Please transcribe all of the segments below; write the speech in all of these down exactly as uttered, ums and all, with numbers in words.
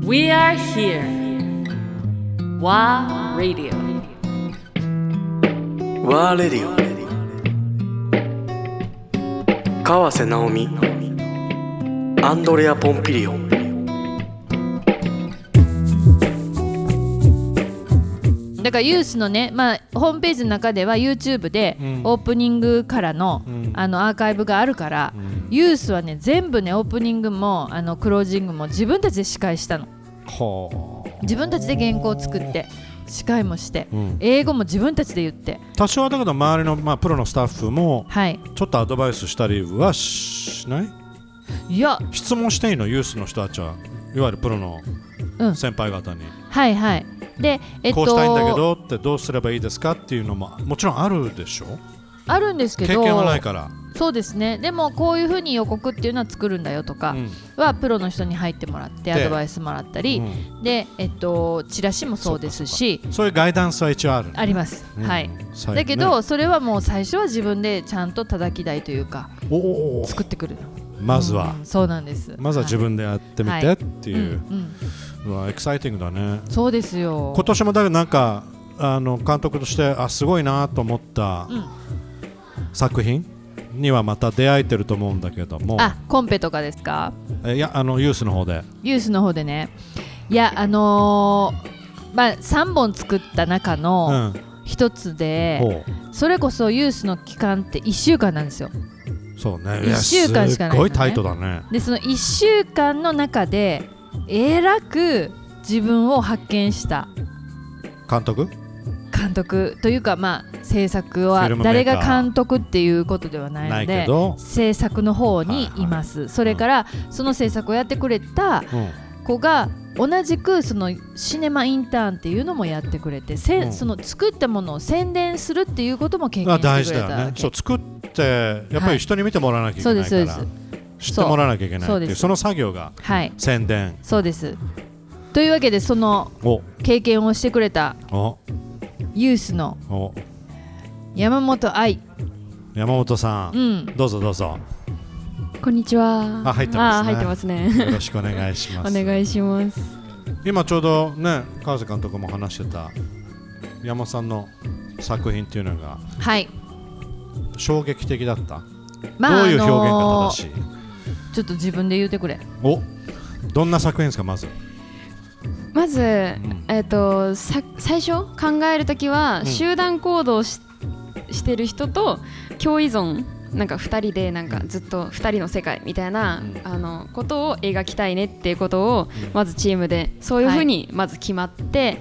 We are here. WA Radio. WA Radio。川瀬直美、アンドレア・ポンピリオン。 だからユースのね、まあ、ホームページの中では YouTube でオープニングからの、うん、あのアーカイブがあるから、うん、ユースはね全部ねオープニングもあのクロージングも自分たちで司会したの。自分たちで原稿を作って司会もして、うん、英語も自分たちで言って、 多少はだけど周りの、まあ、プロのスタッフも、 はい、 ちょっとアドバイスしたりはしない？ いや、 質問していいの？ユースの人たちはいわゆるプロの先輩方に、うん、 はいはいで、えっと、 こうしたいんだけどってどうすればいいですかっていうのももちろんあるでしょ？ あるんですけど、 経験はないから。 そうですね。でもこういうふうに予告っていうのは作るんだよとかは、うん、プロの人に入ってもらってアドバイスもらったり、うん、で、えっと、チラシもそうですし、 そう、そういうガイダンスは一応ある、ね、 あります、うん、はい、だけど、 ね、それはもう最初は自分でちゃんと叩き台というか作ってくるの。 まずは、 うん、そうなんです。 まずは自分でやってみてっていう、はい、うんうん、うわエキサイティングだね。 そうですよ。 今年もだけどなんかあの監督としてあすごいなと思った、うん、作品にはまた出会えてると思うんだけども。 あ、コンペとかですか？ いや、あのユースの方でユースの方でね、いや、あのーまあ、さんぼん作った中の一つで、うん、それこそユースの期間っていっしゅうかんなんですよ。 そうね、 いっしゅうかんしかないのね。 すごいタイトだね。 でそのいっしゅうかんの中でえらく自分を発見した監督監督というか、まあ、制作は誰が監督っていうことではないので制作の方にいます、はいはい、それから、うん、その制作をやってくれた子が同じくそのシネマインターンっていうのもやってくれて、せ、うん、その作ったものを宣伝するっていうことも経験してくれた。大事だよね。そう、作ってやっぱり人に見てもらわなきゃいけないから、はい、そうです、そうです、知ってもらわなきゃいけないっていう、その作業が宣伝、はい、 そうです。というわけでその経験をしてくれたユースの山本愛山本さん、うん、どうぞどうぞ。 こんにちは。 あ、入ってますね。 あ、入ってますね。 よろしくお願いします。 お願いします。 今ちょうどね、川瀬監督も話してた山本さんの作品っていうのが、 はい、 衝撃的だった、 まあ、 どういう表現が正しい、あのー、ちょっと自分で言うてくれ。 お、どんな作品ですか？まずまず、うん、えーと、さ最初考えるときは、うん、集団行動 し, してる人と共依存、なんかふたりでなんかずっとふたりの世界みたいな、うん、あのことを描きたいねっていうことを、うん、まずチームでそういうふうにまず決まって、はい、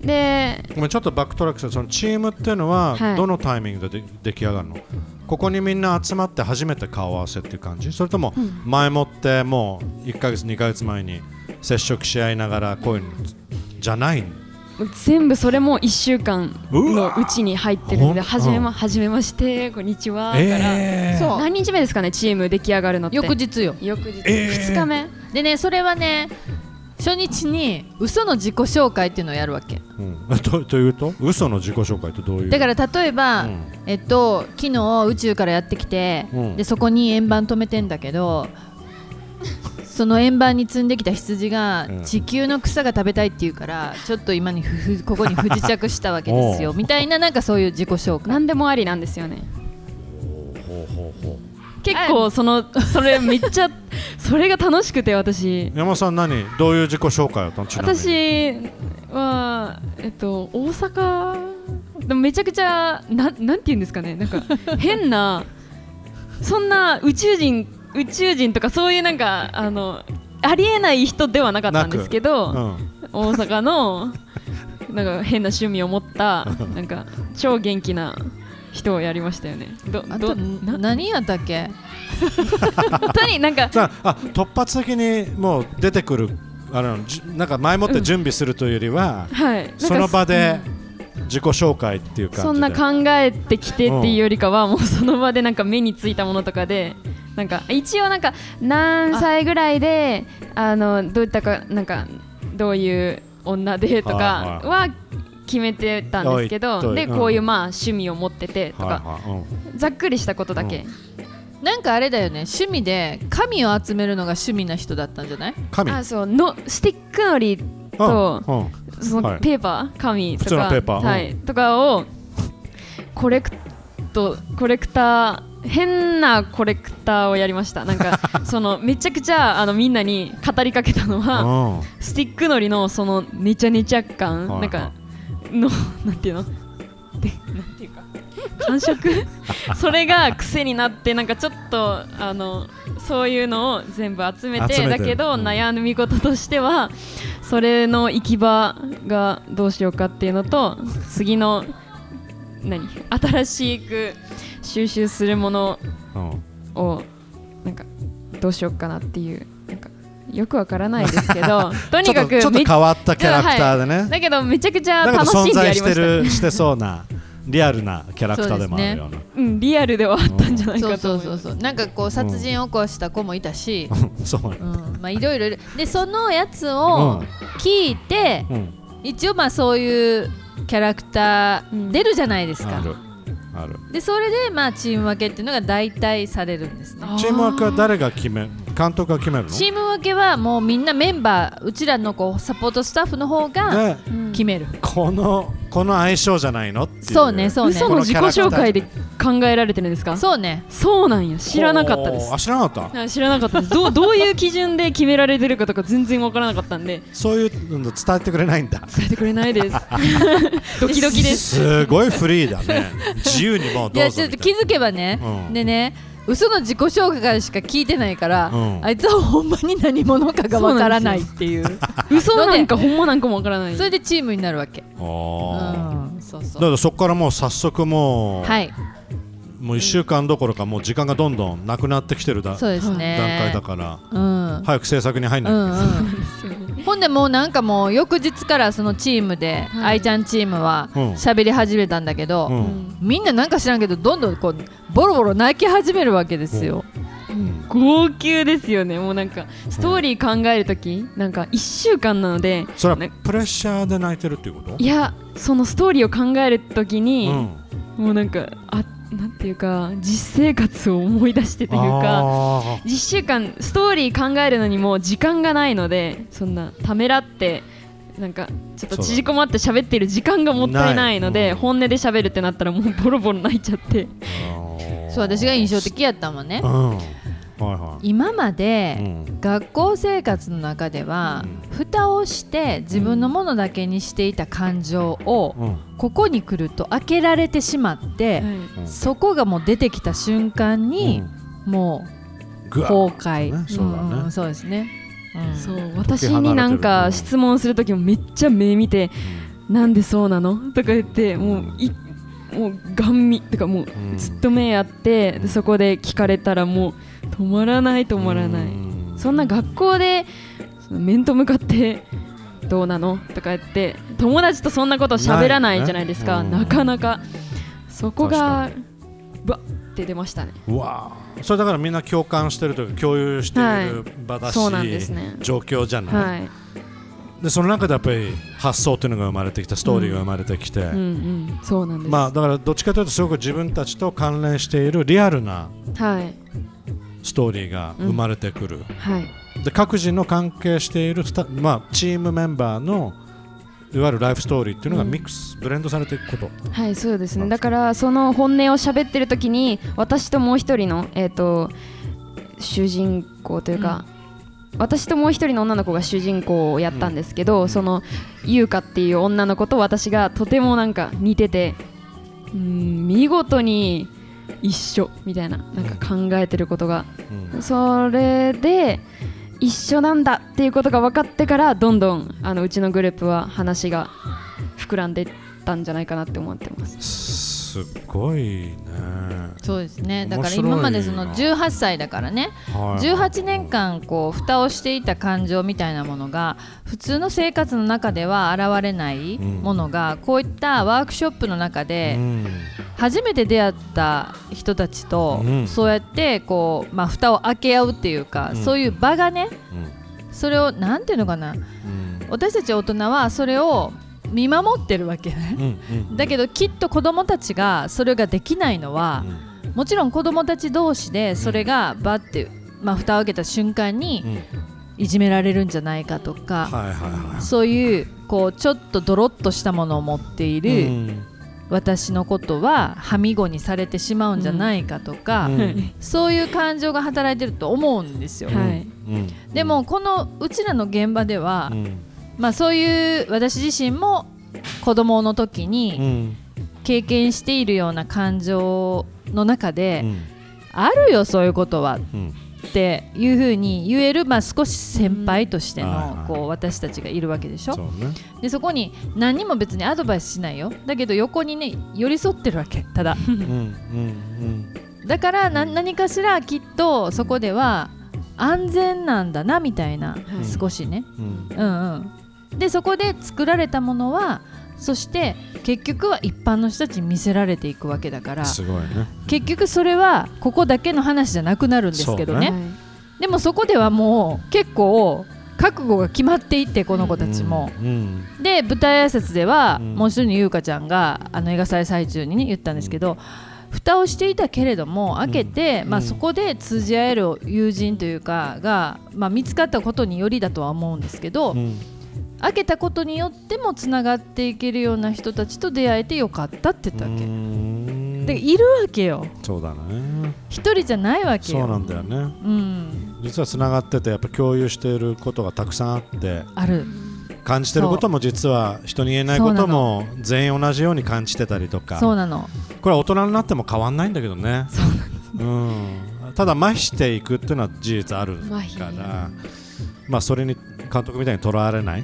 でごめんちょっとバックトラックする。そのチームっていうのはどのタイミングで出来上がるの？はい、ここにみんな集まって初めて顔合わせっていう感じ？それとも前もってもういっかげつにかげつまえに接触し合いながらこういうのじゃないの？ 全部それもいっしゅうかんのうちに入ってるので、はじめま、はじめまして、こんにちは、えー、からそう何日目ですかね、チーム出来上がるのって。 翌日よ。 翌日、えー、ふつかめでね、それはね初日に嘘の自己紹介っていうのをやるわけ、 うん、と, というと嘘の自己紹介ってどういう？ だから例えば、うん、えっと、昨日宇宙からやってきて、うん、でそこに円盤止めてんだけどその円盤に積んできた羊が地球の草が食べたいって言うからちょっと今にふここに不時着したわけですよみたいな、なんかそういう自己紹介何でもありなんですよね。ほうほうほう。結構そのそれめっちゃそれが楽しくて。私山さん何どういう自己紹介をったの？ 私はえっと大阪でもめちゃくちゃ な, なんて言うんですかね、なんか変なそんな宇宙人宇宙人とかそういうなんかあのありえない人ではなかったんですけど、うん、大阪のなんか変な趣味を持ったなんか超元気な人をやりましたよね。どあとな何やったっけ本当になんかあ突発的にもう出てくるあのなんか前もって準備するというよりは、うん、はい、その場で自己紹介っていう感じでそんな考えてきてっていうよりかは、うん、もうその場でなんか目についたものとかでなんか一応なんか何歳ぐらいで あ, あのどういったかなんかどういう女でとかは決めてたんですけど、でこういうまあ趣味を持っててとかざっくりしたことだけなんかあれだよね、趣味で紙を集めるのが趣味な人だったんじゃない？ 紙あ、そうのスティックのりと、 うんうん、 そのペーパー、はい、紙とか普通のペーパー、 はい、とかをコレクトコレクター変なコレクターをやりました。なんかそのめちゃくちゃあのみんなに語りかけたのはスティックのりのそのネチャネチャ感なんかのなんていうのでなんていうか感触それが癖になって、なんかちょっとあのそういうのを全部集めて、 集めてだけど、うん、悩み事としてはそれの行き場がどうしようかっていうのと、次の何新しく収集するものをなんかどうしようかなっていう、なんかよくわからないですけどとにかくちょっと変わったキャラクターでね、はい、 だけどめちゃくちゃ楽しんでやりました。だけど存在してるしてそうなリアルなキャラクターでもあるような、 うん、リアルではあったんじゃないかと思います。 そうそうそうそう、なんかこう殺人を起こした子もいたし、 うん、そう、うん、 まあいろいろでそのやつを聞いて、うん、一応まあそういうキャラクター出るじゃないですか、うん、あるあるでそれでまあチーム分けっていうのが大体されるんですね。 チーム分けは誰が決める？監督が決めるの？ チーム分けはもうみんなメンバー、うちらのこうサポートスタッフの方が決める、ね、 このこの相性じゃないのっていう。 そうねそうね。 嘘の自己紹介で考えられてるんですか？ そうね。 そうなんや、知らなかったです。 あ、知らなかった？ 知らなかったです。どうどういう基準で決められてるかとか全然わからなかったんで。 そういうの伝えてくれないんだ。 伝えてくれないですドキドキです。 すごいフリーだね自由にもうどうぞみたいな。いやちょっと気づけばね、うん、でね嘘の自己紹介しか聞いてないから、うん、あいつはほんまに何者かがわからないっていう嘘なんかほんまなんかもわからない。 それでチームになるわけ。 あ、うん、そうそう。だからそこからもう早速もう、はい、もういっしゅうかんどころかもう時間がどんどんなくなってきてるだ、そうですね、段階だから、うん、早く制作に入んないと、うんうん、ほんでもうなんかもう翌日からそのチームで、はい、愛ちゃんチームは喋り始めたんだけど、うん、みんななんか知らんけどどんどんこうボロボロ泣き始めるわけですよ、 うん、号泣ですよね。もうなんかストーリー考えるとき、うん、なんかいっしゅうかんなので、 それはプレッシャーで泣いてるっていうこと？ いや、そのストーリーを考えるときに、うん、もうなんかあなんていうか実生活を思い出してというか、いっしゅうかんストーリー考えるのにも時間がないので、そんなためらってなんかちょっと縮こまって喋ってる時間がもったいないので、本音で喋るってなったらもうボロボロ泣いちゃって。 そう、私が印象的やったもんね、うんはいはい、今まで、うん、学校生活の中では、うん、蓋をして自分のものだけにしていた感情を、うん、ここに来ると開けられてしまって、うん、そこがもう出てきた瞬間に、うん、もう崩壊、ね、そうだね、うん、そうですね、うん、そう私になんか質問するときもめっちゃ目見て、うん、なんでそうなのとか言ってもういもうガン見とかもうずっと目やって、うん、でそこで聞かれたらもう止まらない止まらない、うん、そんな学校で面と向かってどうなのとか言って友達とそんなこと喋らないじゃないですか、ね、なかなかそこがバッて出ましたね。 うわそれだからみんな共感してるというか共有している場だし、はい、そうなんですね、状況じゃない、はい、でその中でやっぱり発想というのが生まれてきてストーリーが生まれてきて、うんうんうん、そうなんです、まあ、だからどっちかというとすごく自分たちと関連しているリアルなストーリーが生まれてくる、うんはい、で各自の関係しているスタ、まあ、チームメンバーのいわゆるライフストーリーっていうのがミックス、うん、ブレンドされていくこと。 はいそうですね。だからその本音を喋ってる時に私ともう一人の、えーと、主人公というか、うん、私ともう一人の女の子が主人公をやったんですけど、うん、その優香っていう女の子と私がとてもなんか似てて、うん、見事に一緒みたいな、なんか考えてることが、うん、それで一緒なんだっていうことが分かってからどんどんあのうちのグループは話が膨らんでいったんじゃないかなって思ってます。 すごいね。 そうですね。だから今までそのじゅうはっさいだからね、はい、じゅうはちねんかんこう蓋をしていた感情みたいなものが普通の生活の中では現れないものが、うん、こういったワークショップの中で初めて出会った人たちと、うん、そうやってこう、まあ、蓋を開け合うっていうか、うん、そういう場がね、うん、それをなんていうのかな、うん、私たち大人はそれを見守ってるわけね、うんうんうん、だけどきっと子どもたちがそれができないのは、うん、 もちろん子供たち同士でそれがバッて、まあ、蓋を開けた瞬間にいじめられるんじゃないかとか、 はいはいはい、 そういうこうちょっとドロッとしたものを持っている、うん、私のことははみごにされてしまうんじゃないかとか、うん、そういう感情が働いてると思うんですよ、はい、うん、でもこのうちらの現場では、うん、まあ、そういう私自身も子供の時に経験しているような感情の中で、うん、あるよそういうことは、うん、っていうふうに言える、まあ、少し先輩としてのこう私たちがいるわけでしょ。そうね、でそこに何にも別にアドバイスしないよ。だけど横にね寄り添ってるわけ、ただうんうん、うん、だからな何かしらきっとそこでは安全なんだなみたいな、はい、少しね、うんうんうん、でそこで作られたものはそして結局は一般の人たちに見せられていくわけだから、すごいね、結局それはここだけの話じゃなくなるんですけど ね, ねでもそこではもう結構覚悟が決まっていってこの子たちも、うんうん、で舞台挨拶では、うん、もう一人の優香ちゃんがあの映画祭最中に、ね、言ったんですけど、うん、蓋をしていたけれども開けて、うん、まあ、そこで通じ合える友人というかが、まあ、見つかったことによりだとは思うんですけど、うん、開けたことによってもつながっていけるような人たちと出会えてよかったって言ったわけで、いるわけよ。そうだね、一人じゃないわけよ。そうなんだよね、うん、実はつながっててやっぱ共有していることがたくさんあってある、感じてることも実は人に言えないことも全員同じように感じてたりとか、そうなの、これは大人になっても変わんないんだけどね。そうなんですね、うん、ただ麻痺していくっていうのは事実あるから、まあ、それに監督みたいにとらわれない、うん、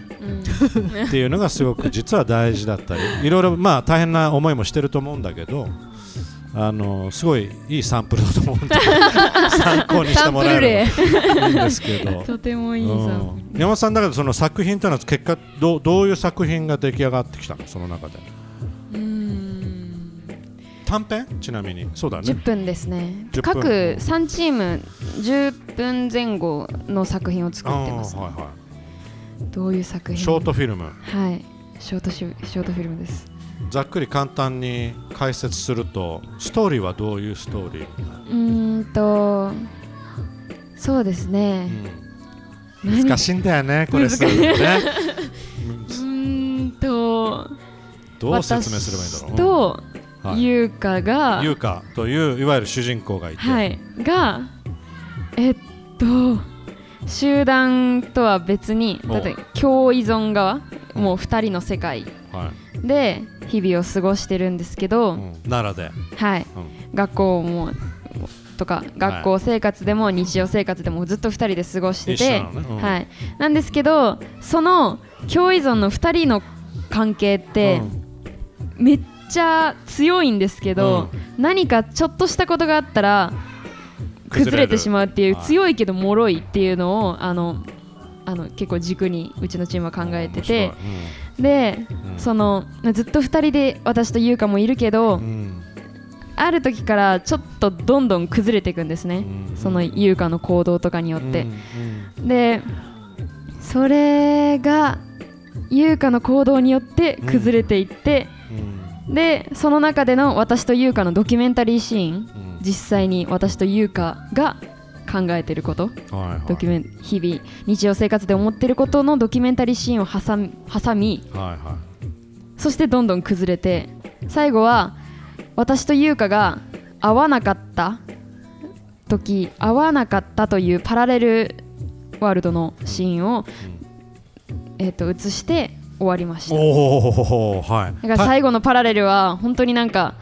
っていうのがすごく実は大事だったりいろいろまあ大変な思いもしてると思うんだけど、あのすごいいいサンプルだと思うんで参考にしてもらえればいいんですけどとてもいいサンプル、うん、山本さんだけどその作品というのは結果 ど, どういう作品が出来上がってきたの、その中で。うーん、短編ちなみにそうだね、じゅっぷんですね。各さんチームじゅっぷんぜん後の作品を作ってます、ね、はいはい、どういう作品？ショートフィルム。はい、ショートシュ、ショートフィルムです。ざっくり簡単に解説するとストーリーはどういうストーリー？うーんとそうですね、うん、難しいんだよねこれするとねうーんとどう説明すればいいんだろう。と、はい、優香が優香といういわゆる主人公がいて、はい、がえっと集団とは別にだって共依存側、もうふたりの世界で日々を過ごしてるんですけど、うん、奈良で、はい、うん、学校もとか学校生活でも日常生活でもずっとふたりで過ごしてて、はい、ね、うん、はい、なんですけどその共依存のふたりの関係ってめっちゃ強いんですけど、うん、何かちょっとしたことがあったら崩れてしまうっていう、強いけど脆いっていうのをあのあの結構軸にうちのチームは考えてて、うん、で、うん、そのずっとふたりで私と優香もいるけど、うん、ある時からちょっとどんどん崩れていくんですね、うん、その優香の行動とかによって、うん、でそれが優香の行動によって崩れていって、うん、でその中での私と優香のドキュメンタリーシーン、うん、実際に私と優香が考えてること、はいはい、ドキュメン日々日常生活で思ってることのドキュメンタリーシーンを挟み、挟み、はいはい、そしてどんどん崩れて最後は私と優香が会わなかった時会わなかったというパラレルワールドのシーンを、うん、えー、と映して終わりました。おー、はい、だから最後のパラレルは本当になんか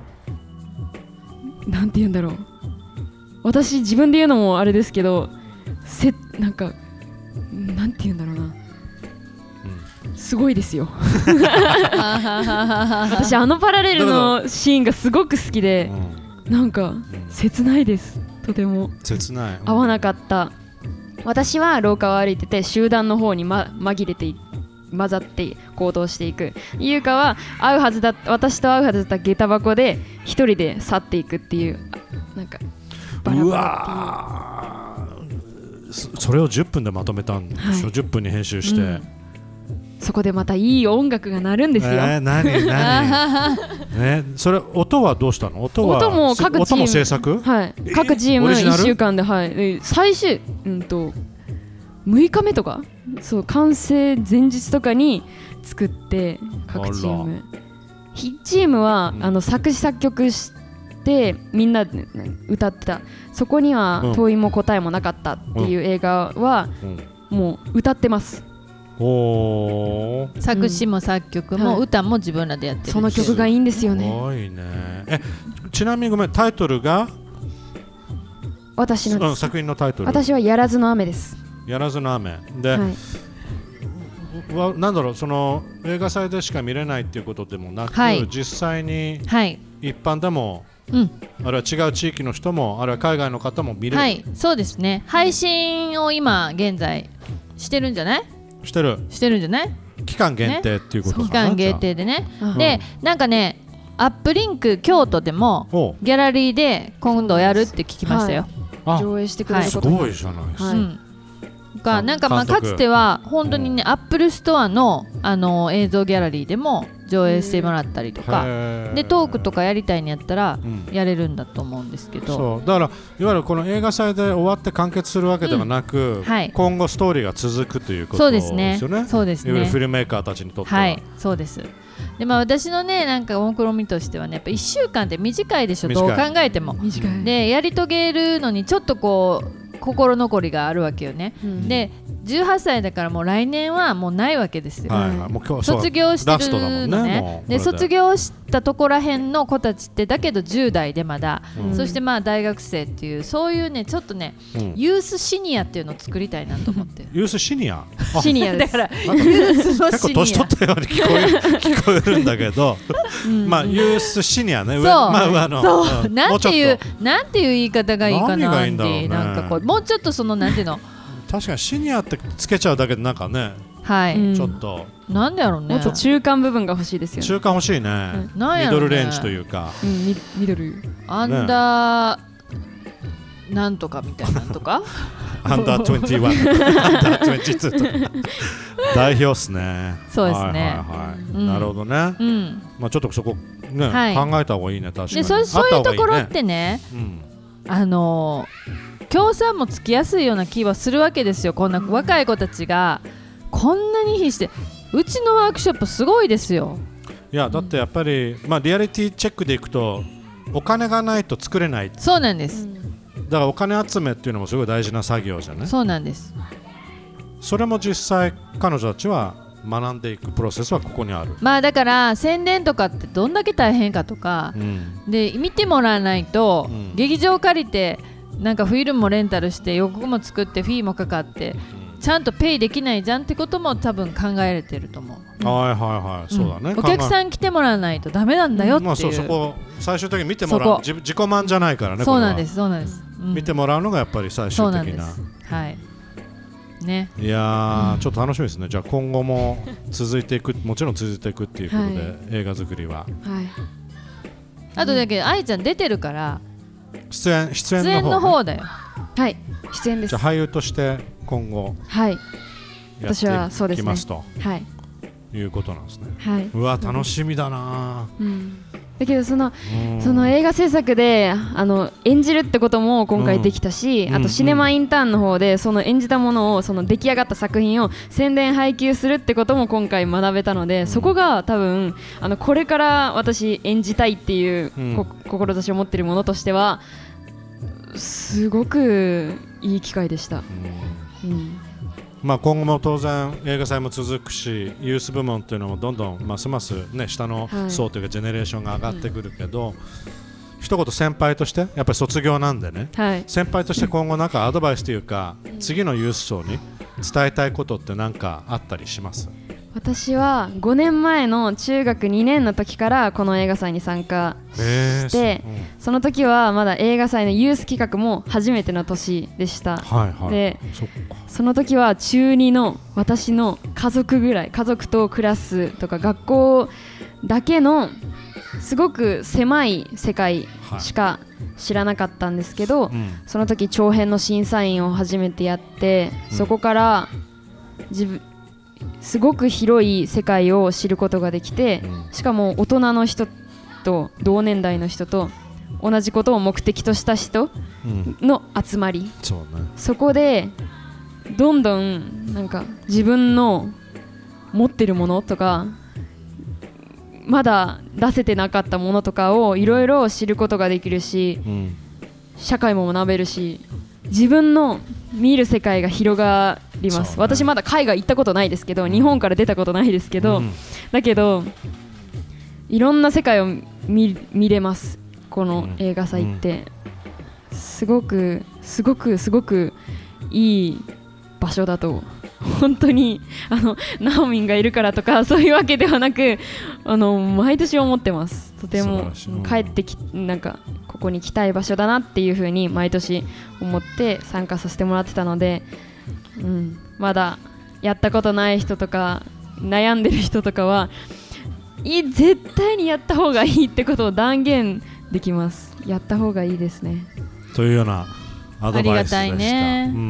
なんて言うんだろう、私自分で言うのもあれですけどせなんかなんて言うんだろうな、うん、すごいですよ私あのパラレルのシーンがすごく好きで、うん、なんか切ないです、とても切ない、うん、合わなかった。私は廊下を歩いてて集団の方に、ま、紛れてい混ざって行動していく。優香は会うはずだ私と会うはずだった下駄箱で一人で去っていくっていう、なんかバラバラっていう。うわー、それをじゅっぷんでまとめたんでしょ、はい、じゅっぷんに編集して、うん、 そこでまたいい音楽が鳴るんですよ、 えー、何何ね、それ音はどうしたの？音は音も各チーム音も制作、 はい、各チームいっしゅうかんで、はい、最終、うんとむいかめとかそう完成前日とかに作って各チームいちチームは、うん、あの作詞作曲してみんなで歌ってた。そこには問いも答えもなかったっていう映画は、うん、もう歌ってます。 お作詞も作曲も歌も自分らでやってる、 その曲がいいんですよね。 すごいね。えちなみにごめん、タイトルが私のです、うん、 作品のタイトル。 私はやらずの雨です。 やらずの雨で、はい、わなんだろう、その映画祭でしか見れないっていうことでもなく、はい、実際に一般でも、はい、あるいは違う地域の人もあるいは海外の方も見れる、 はい、そうですね。配信を今現在してるんじゃない？ してるしてるんじゃない？ 期間限定っていうことかな、 期間限定でね、うん、でなんかねアップリンク京都でもギャラリーで今度やるって聞きましたよ、 はい、上映してくれることも、はい、すごいじゃないですか、はい、うんがなんかまあかつては本当にね、うん、アップルストアの、あの映像ギャラリーでも上映してもらったりとかでトークとかやりたいんやったらやれるんだと思うんですけど、 うん、そうだからいわゆるこの映画祭で終わって完結するわけではなく、うんはい、今後ストーリーが続くということですよね。 そうですね。 いわゆるフィルメーカーたちにとっては、 はい、そうです。でまあ、私のねなんか目論見としてはねやっぱいっしゅうかんって短いでしょ、どう考えても。短いでやり遂げるのにちょっとこう心残りがあるわけよね、うん、でじゅうはっさいだからもう来年はもうないわけですよ、はいはい、もう今日卒業してるの ね, ねで卒業したとこらへんの子たちってだけどじゅう代でまだ、うん、そしてまあ大学生っていうそういうねちょっとね、うん、ユースシニアっていうのを作りたいなと思ってユースシニアシニアですだからユースのシニア結構年取ったように聞こえる、聞こえるんだけどまあユースシニアね、 そう、 まあ、上のそう、うん、なんていうなんていう言い方がいいかなって、なんかこうもうちょっとそのなんていうの確かにシニアってつけちゃうだけでなんかね、 はい、 ちょっとなんでやろうね、 もっと中間部分が欲しいですよね。 中間欲しいね、うん、なんやろうね、ミドルレンジというか、 うん、ミ, ミドルアンダー、ね、なんとかみたいなとかアンダーにじゅういちアンダーにじゅうにとか代表っすね。 そうですね、はいはいはい、うん、なるほどね、うん、まあ、ちょっとそこ、ね、はい、考えた方がいいね。確かにで そ, そういうところってね、うん、あのー協賛もつきやすいような気はするわけですよ。こんな若い子たちがこんなに必死で、うちのワークショップすごいですよ。 いやだってやっぱり、まあ、リアリティチェックでいくとお金がないと作れない。 そうなんです、 だからお金集めっていうのもすごい大事な作業じゃない。 そうなんです。 それも実際彼女たちは学んでいくプロセスはここにある。 まあだから宣伝とかってどんだけ大変かとか、うん、で見てもらわないと、うん、劇場借りてなんかフィルムもレンタルして予告も作ってフィーもかかってちゃんとペイできないじゃんってことも多分考えられてると思う、うん、 はいはいはい、そうだね、 うん、お客さん来てもらわないとダメなんだよっていう、うん、まあ、そうそこ最終的に見てもらう自, 自己満じゃないからね。 そうなんですそうなんです、うん、 見てもらうのがやっぱり最終的な。 はいね、 いやー、うん、ちょっと楽しみですね。じゃあ今後も続いていくもちろん続いていくっていうことで、はい、映画作りは、はい、 あとだけど愛ちゃん出てるから出演出演の, 方、ね、出演の方だよ。 はい、出演です。 じゃあ俳優として今後はい私はそうですね、 やっていきますと、はい、いうことなんですね。はい、うわ楽しみだな、うん、 だけどそのその映画制作であの演じるってことも今回できたし、うん、あとシネマインターンの方でその演じたものをその出来上がった作品を宣伝配給するってことも今回学べたので、うん、そこが多分あのこれから私演じたいっていう、うん、志を持っているものとしてはすごくいい機会でした、うんうん、 まあ、今後も当然映画祭も続くしユース部門というのもどんどんますます、ね、下の層というかジェネレーションが上がってくるけど、はい、うん、一言先輩としてやっぱり卒業なんでね、はい、先輩として今後なんかアドバイスというか、うん、次のユース層に伝えたいことって何かあったりします？ 私はごねんまえの中学にねんの時からこの映画祭に参加して、うん、その時はまだ映画祭のユース企画も初めての年でした、はいはい、で そ, その時は中にの私の家族ぐらい家族とクラスとか学校だけのすごく狭い世界しか知らなかったんですけど、はい、うん、その時長編の審査員を初めてやって、うん、そこから自分すごく広い世界を知ることができて、うん、しかも大人の人と同年代の人と同じことを目的とした人の集まり、うん、 そうね、 そこでどんどんなんか自分の持ってるものとかまだ出せてなかったものとかをいろいろ知ることができるし、うん、社会も学べるし、自分の見る世界が広がります、ね、私まだ海外行ったことないですけど、日本から出たことないですけど、うん、だけどいろんな世界を 見, 見れますこの映画祭って、うん、すごくすごくすごくいい場所だと本当にあのナオミンがいるからとかそういうわけではなく、あの毎年思ってます。とても帰ってきなんかここに来たい場所だなっていう風に毎年思って参加させてもらってたので、うん、まだやったことない人とか悩んでる人とかはい絶対にやった方がいいってことを断言できます。やった方がいいですねというようなアドバイスでした。 ありがたいね。 うん、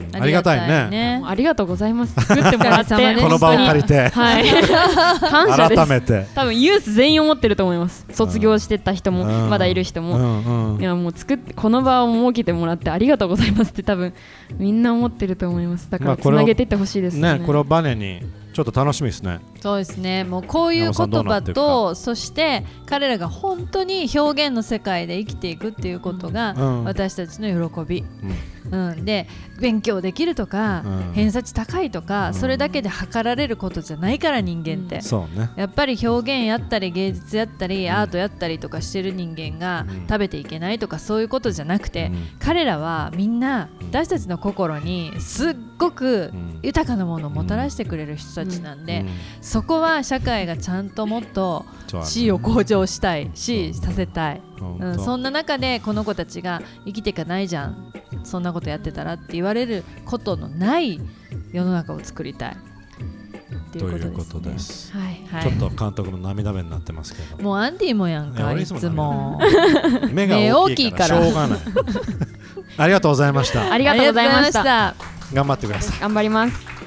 ありがたいね。 ね、ありがとうございます。作ってもらってこの場を借りて、 はい、感謝です。 改めて多分ユース全員思ってると思います。卒業してた人も、うん、まだいる人も、うんうん、いやもう作ってこの場を設けてもらってありがとうございますって多分みんな思ってると思います。だからつなげていってほしいですね。 まあ、これをね、これをバネにちょっと楽しみですね。 そうですね。もうこういう言葉と、そして彼らが本当に表現の世界で生きていくっていうことが私たちの喜び、うんうん、で勉強できるとか、うん、偏差値高いとか、うん、それだけで測られることじゃないから人間って、うん、そうね、やっぱり表現やったり芸術やったり、うん、アートやったりとかしてる人間が食べていけないとかそういうことじゃなくて、うん、彼らはみんな私たちの心にすっごく豊かなものをもたらしてくれる人たちなんで、うんうん、そこは社会がちゃんともっと地位を向上したいし、させたい、うん、そんな中でこの子たちが生きていかないじゃん、そんなことやってたらって言われることのない世の中を作りたいということです、ね、はいはい、ちょっと監督も涙目になってますけど、もうアンディもやんか、いつも目が大きいからしょうがないありがとうございました。 ありがとうございました。 頑張ってください。 頑張ります。